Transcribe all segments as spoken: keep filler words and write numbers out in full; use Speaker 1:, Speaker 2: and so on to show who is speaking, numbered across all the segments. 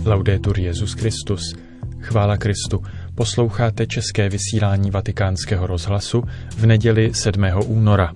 Speaker 1: Laudetur Jesus Christus. Chvála Kristu. Posloucháte české vysílání Vatikánského rozhlasu v neděli sedmého února.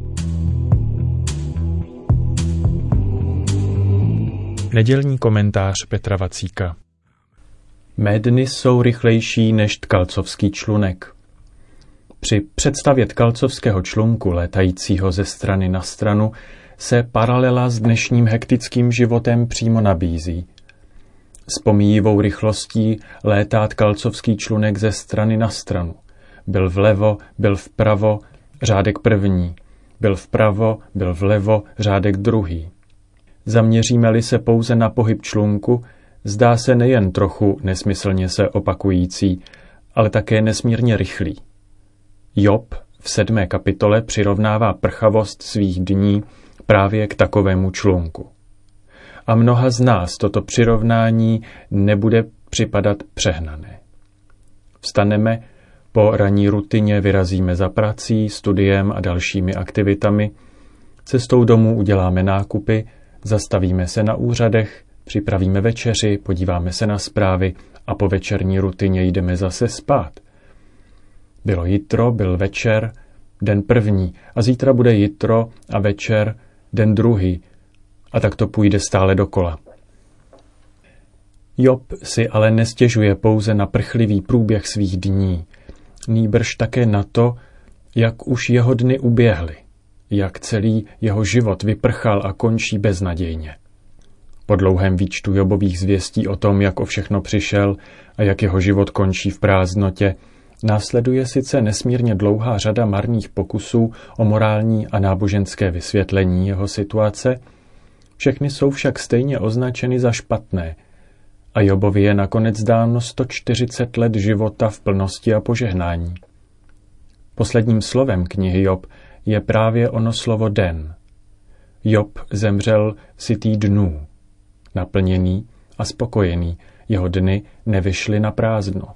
Speaker 1: Nedělní komentář Petra Vacíka. Mé dny jsou rychlejší než tkalcovský člunek. Při představě tkalcovského člunku létajícího ze strany na stranu se paralela s dnešním hektickým životem přímo nabízí. S pomíjivou rychlostí létá tkalcovský člunek ze strany na stranu. Byl vlevo, byl vpravo, řádek první. Byl vpravo, byl vlevo, řádek druhý. Zaměříme-li se pouze na pohyb člunku, zdá se nejen trochu nesmyslně se opakující, ale také nesmírně rychlý. Job v sedmé kapitole přirovnává prchavost svých dní právě k takovému člunku. A mnoha z nás toto přirovnání nebude připadat přehnané. Vstaneme, po ranní rutině vyrazíme za prací, studiem a dalšími aktivitami, cestou domů uděláme nákupy, zastavíme se na úřadech, připravíme večeři, podíváme se na zprávy a po večerní rutině jdeme zase spát. Bylo jitro, byl večer, den první a zítra bude jitro a večer, den druhý a tak to půjde stále dokola. Job si ale nestěžuje pouze na prchlivý průběh svých dní, nýbrž také na to, jak už jeho dny uběhly, jak celý jeho život vyprchal a končí beznadějně. Po dlouhém výčtu Jobových zvěstí o tom, jak o všechno přišel a jak jeho život končí v prázdnotě, následuje sice nesmírně dlouhá řada marných pokusů o morální a náboženské vysvětlení jeho situace, všechny jsou však stejně označeny za špatné a Jobovi je nakonec dáno sto čtyřicet let života v plnosti a požehnání. Posledním slovem knihy Job je právě ono slovo den. Job zemřel sytý dnů, naplněný a spokojený, jeho dny nevyšly na prázdno.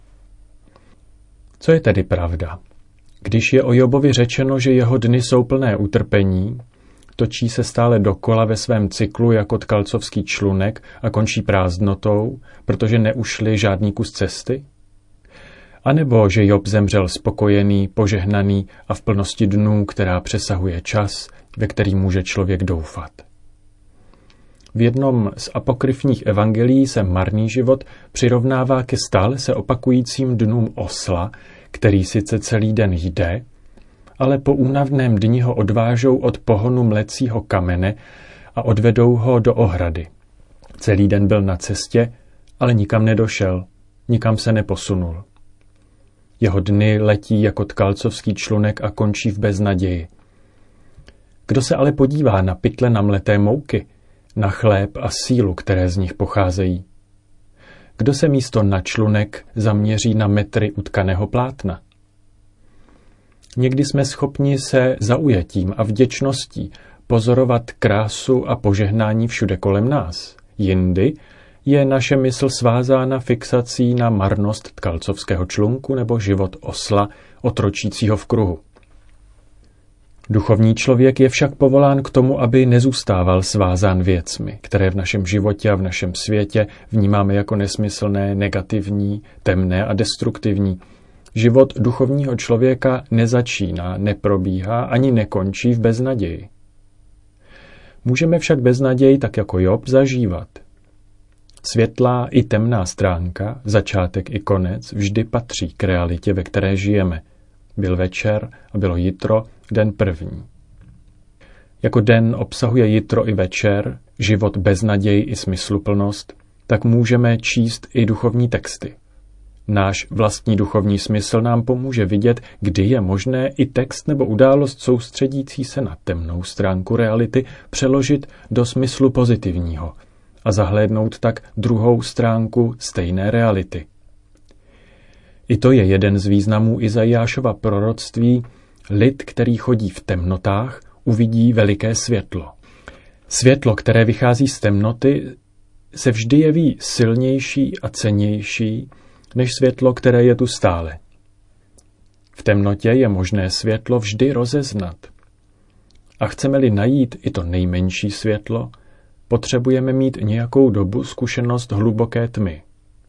Speaker 1: Co je tedy pravda? Když je o Jobovi řečeno, že jeho dny jsou plné utrpení, točí se stále dokola ve svém cyklu jako tkalcovský člunek a končí prázdnotou, protože neušli žádný kus cesty? A nebo že Job zemřel spokojený, požehnaný a v plnosti dnů, která přesahuje čas, ve který může člověk doufat? V jednom z apokryfních evangelií se marný život přirovnává ke stále se opakujícím dnům osla, který sice celý den jde, ale po únavném dni ho odvážou od pohonu mlecího kamene a odvedou ho do ohrady. Celý den byl na cestě, ale nikam nedošel, nikam se neposunul. Jeho dny letí jako tkalcovský člunek a končí v beznaději. Kdo se ale podívá na pytle namleté mouky, na chléb a sílu, které z nich pocházejí? Kdo se místo na člunek zaměří na metry utkaného plátna? Někdy jsme schopni se zaujetím a vděčností pozorovat krásu a požehnání všude kolem nás. Jindy je naše mysl svázána fixací na marnost tkalcovského člunku nebo život osla otročícího v kruhu. Duchovní člověk je však povolán k tomu, aby nezůstával svázán věcmi, které v našem životě a v našem světě vnímáme jako nesmyslné, negativní, temné a destruktivní. Život duchovního člověka nezačíná, neprobíhá ani nekončí v beznaději. Můžeme však beznaději tak jako Job zažívat. Světlá i temná stránka, začátek i konec, vždy patří k realitě, ve které žijeme. Byl večer a bylo jitro, den první. Jako den obsahuje jitro i večer, život beznaděj i smysluplnost, tak můžeme číst i duchovní texty. Náš vlastní duchovní smysl nám pomůže vidět, kdy je možné i text nebo událost soustředící se na temnou stránku reality přeložit do smyslu pozitivního a zahlédnout tak druhou stránku stejné reality. I to je jeden z významů Izajášova proroctví: lid, který chodí v temnotách, uvidí veliké světlo. Světlo, které vychází z temnoty, se vždy jeví silnější a cennější než světlo, které je tu stále. V temnotě je možné světlo vždy rozeznat. A chceme-li najít i to nejmenší světlo, potřebujeme mít nějakou dobu zkušenost hluboké tmy.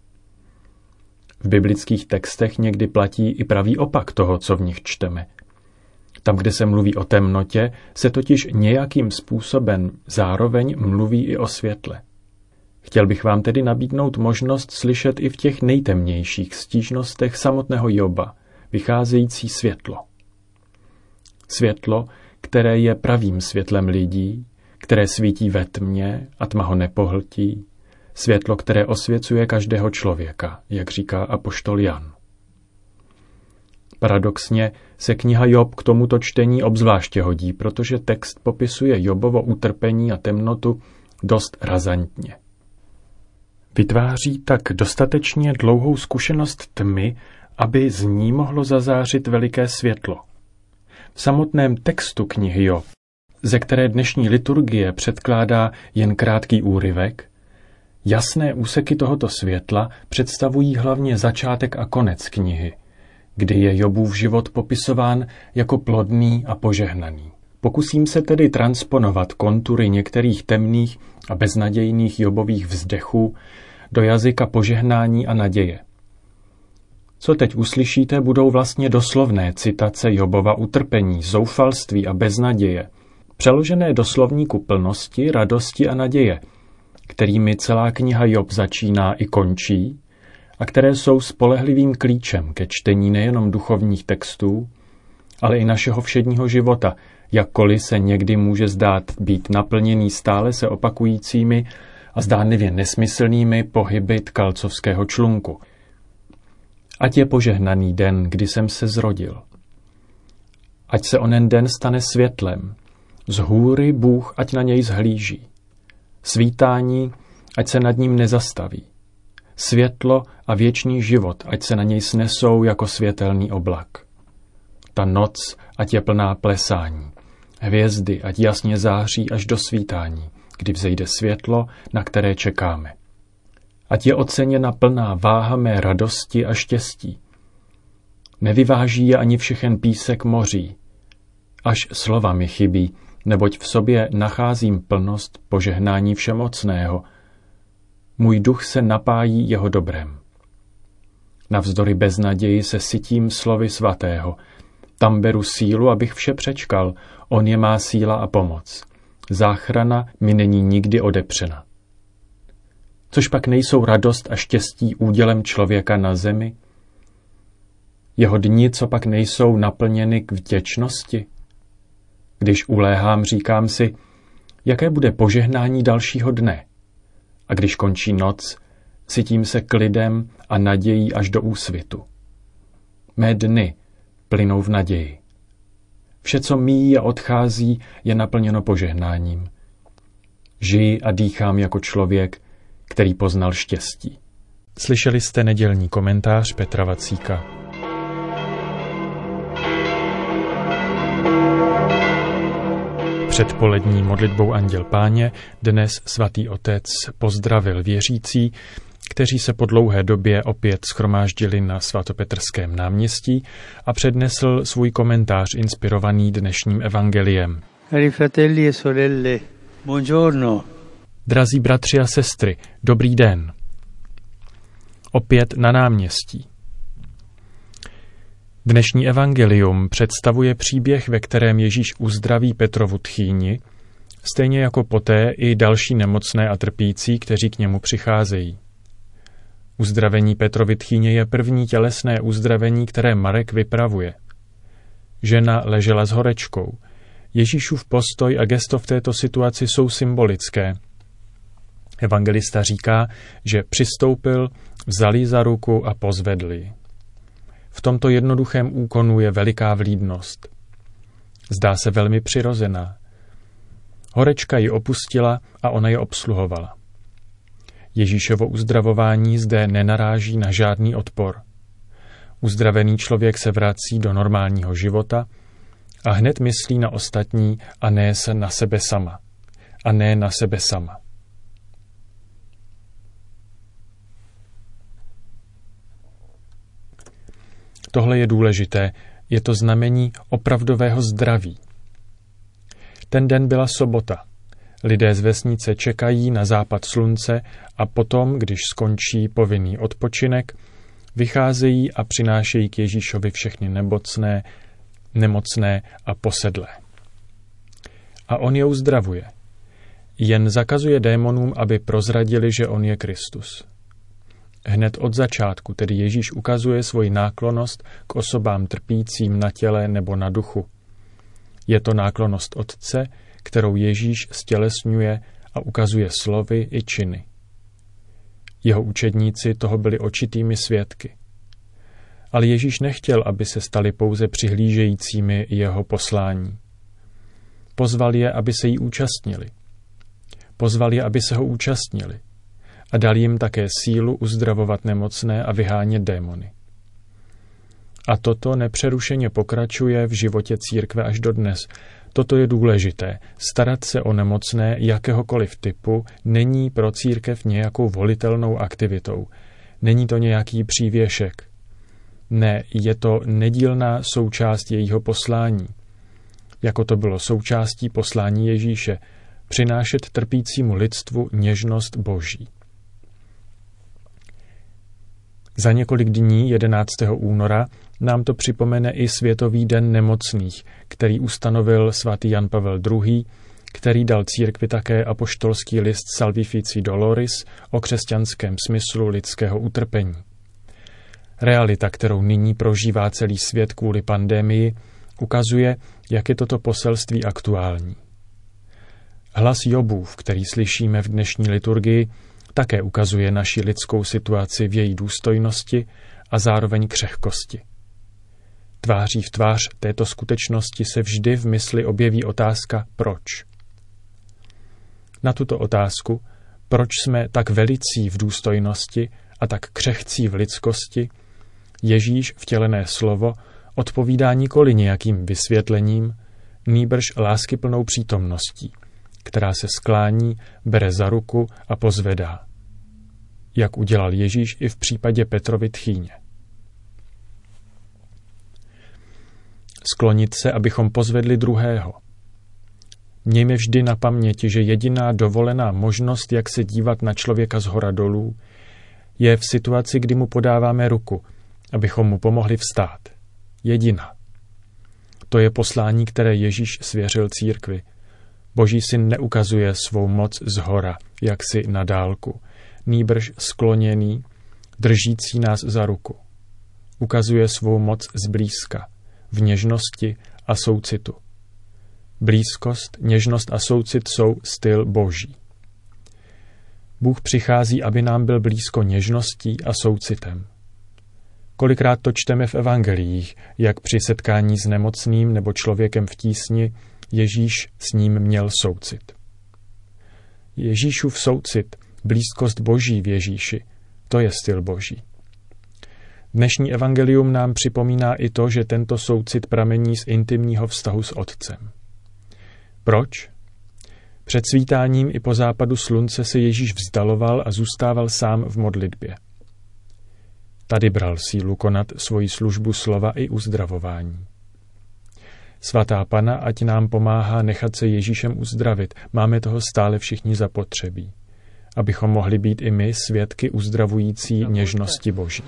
Speaker 1: V biblických textech někdy platí i pravý opak toho, co v nich čteme. Tam, kde se mluví o temnotě, se totiž nějakým způsobem zároveň mluví i o světle. Chtěl bych vám tedy nabídnout možnost slyšet i v těch nejtemnějších stížnostech samotného Joba vycházející světlo. Světlo, které je pravým světlem lidí, které svítí ve tmě a tma ho nepohltí, světlo, které osvěcuje každého člověka, jak říká apoštol Jan. Paradoxně se kniha Job k tomuto čtení obzvláště hodí, protože text popisuje Jobovo utrpení a temnotu dost razantně. Vytváří tak dostatečně dlouhou zkušenost tmy, aby z ní mohlo zazářit veliké světlo. V samotném textu knihy Job, ze které dnešní liturgie předkládá jen krátký úryvek, jasné úseky tohoto světla představují hlavně začátek a konec knihy, kdy je Jobův život popisován jako plodný a požehnaný. Pokusím se tedy transponovat kontury některých temných a beznadějných Jobových vzdechů do jazyka požehnání a naděje. Co teď uslyšíte, budou vlastně doslovné citace Jobova utrpení, zoufalství a beznaděje, přeložené do slovníku plnosti, radosti a naděje, kterými celá kniha Job začíná i končí, a které jsou spolehlivým klíčem ke čtení nejenom duchovních textů, ale i našeho všedního života, jakkoliv se někdy může zdát být naplněný stále se opakujícími a zdánlivě nesmyslnými pohyby tkalcovského člunku. Ať je požehnaný den, kdy jsem se zrodil. Ať se onen den stane světlem. Z hůry Bůh, ať na něj zhlíží. Svítání, ať se nad ním nezastaví. Světlo a věčný život, ať se na něj snesou jako světelný oblak. Ta noc, ať je plná plesání. Hvězdy, ať jasně září až do svítání, kdy vzejde světlo, na které čekáme. Ať je oceněna plná váha mé radosti a štěstí. Nevyváží je ani všechen písek moří. Až slova mi chybí, neboť v sobě nacházím plnost požehnání všemocného. Můj duch se napájí jeho dobrem. Navzdory beznaději se sytím slovy svatého. Tam beru sílu, abych vše přečkal. On je má síla a pomoc. Záchrana mi není nikdy odepřena. Což pak nejsou radost a štěstí údělem člověka na zemi? Jeho dni, co pak nejsou naplněny k vděčnosti? Když uléhám, říkám si, jaké bude požehnání dalšího dne. A když končí noc, sytím se klidem a nadějí až do úsvitu. Mé dny plynou v naději. Vše, co míjí a odchází, je naplněno požehnáním. Žiji a dýchám jako člověk, který poznal štěstí. Slyšeli jste nedělní komentář Petra Vacíka. Před polední modlitbou Anděl Páně dnes svatý otec pozdravil věřící, kteří se po dlouhé době opět shromáždili na svatopetrském náměstí, a přednesl svůj komentář inspirovaný dnešním evangeliem.
Speaker 2: Cari fratelli e sorelle, buongiorno.
Speaker 1: Drazí bratři a sestry, dobrý den. Opět na náměstí. Dnešní evangelium představuje příběh, ve kterém Ježíš uzdraví Petrovu tchýni, stejně jako poté i další nemocné a trpící, kteří k němu přicházejí. Uzdravení Petrovy tchýně je první tělesné uzdravení, které Marek vypravuje. Žena ležela s horečkou. Ježíšův postoj a gesto v této situaci jsou symbolické. Evangelista říká, že přistoupil, vzal ji za ruku a pozvedl ji. V tomto jednoduchém úkonu je veliká vlídnost. Zdá se velmi přirozená. Horečka ji opustila a ona je obsluhovala. Ježíšovo uzdravování zde nenaráží na žádný odpor. Uzdravený člověk se vrací do normálního života a hned myslí na ostatní a ne se na sebe sama. A ne na sebe sama. Tohle je důležité, je to znamení opravdového zdraví. Ten den byla sobota Lidé z vesnice čekají na západ slunce a potom, když skončí povinný odpočinek, vycházejí a přinášejí k Ježíšovi všechny nemocné, nemocné a posedlé. A on je uzdravuje. Jen zakazuje démonům, aby prozradili, že on je Kristus. Hned od začátku tedy Ježíš ukazuje svoji náklonnost k osobám trpícím na těle nebo na duchu. Je to náklonnost Otce, kterou Ježíš stělesňuje a ukazuje slovy i činy. Jeho učedníci toho byli očitými svědky. Ale Ježíš nechtěl, aby se stali pouze přihlížejícími jeho poslání. Pozval je, aby se jí účastnili. Pozval je, aby se ho účastnili. A dal jim také sílu uzdravovat nemocné a vyhánět démony. A toto nepřerušeně pokračuje v životě církve až dodnes. Toto je důležité. Starat se o nemocné jakéhokoliv typu není pro církev nějakou volitelnou aktivitou. Není to nějaký přívěšek. Ne, je to nedílná součást jejího poslání. Jako to bylo součástí poslání Ježíše, přinášet trpícímu lidstvu něžnost Boží. Za několik dní, jedenáctého února, nám to připomene i Světový den nemocných, který ustanovil svatý Jan Pavel druhý., který dal církvi také apoštolský list Salvifici Doloris o křesťanském smyslu lidského utrpení. Realita, kterou nyní prožívá celý svět kvůli pandemii, ukazuje, jak je toto poselství aktuální. Hlas Jobův, který slyšíme v dnešní liturgii, také ukazuje naši lidskou situaci v její důstojnosti a zároveň křehkosti. Tváří v tvář této skutečnosti se vždy v mysli objeví otázka proč. Na tuto otázku, proč jsme tak velicí v důstojnosti a tak křehcí v lidskosti, Ježíš vtělené slovo odpovídá nikoli nějakým vysvětlením, nýbrž láskyplnou přítomností, která se sklání, bere za ruku a pozvedá. Jak udělal Ježíš i v případě Petrovy tchýně. Sklonit se, abychom pozvedli druhého. Mějme vždy na paměti, že jediná dovolená možnost, jak se dívat na člověka zhora dolů, je v situaci, kdy mu podáváme ruku, abychom mu pomohli vstát. Jediná. To je poslání, které Ježíš svěřil církvi. Boží syn neukazuje svou moc zhora, jaksi na dálku, nýbrž skloněný, držící nás za ruku. Ukazuje svou moc zblízka, v něžnosti a soucitu. Blízkost, něžnost a soucit jsou styl Boží. Bůh přichází, aby nám byl blízko něžností a soucitem. Kolikrát to čteme v evangeliích, jak při setkání s nemocným nebo člověkem v tísni Ježíš s ním měl soucit. Ježíšův soucit, blízkost Boží v Ježíši, to je styl Boží. Dnešní evangelium nám připomíná i to, že tento soucit pramení z intimního vztahu s Otcem. Proč? Před svítáním i po západu slunce se Ježíš vzdaloval a zůstával sám v modlitbě. Tady bral sílu konat svoji službu slova i uzdravování. Svatá Panna, ať nám pomáhá nechat se Ježíšem uzdravit, máme toho stále všichni zapotřebí, abychom mohli být i my svědky uzdravující něžnosti Boží.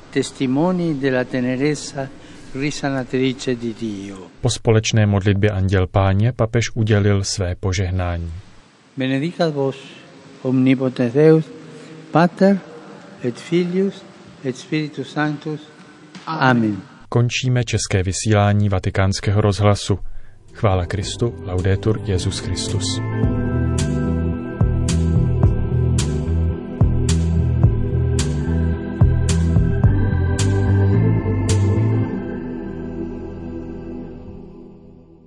Speaker 1: Po společné modlitbě Anděl Páně papež udělil své požehnání.
Speaker 2: Benedicat vos omnipotens Deus, Pater et Filius et Spiritus Sanctus. Amen.
Speaker 1: Končíme české vysílání Vatikánského rozhlasu. Chvála Kristu, laudetur Jesus Christus.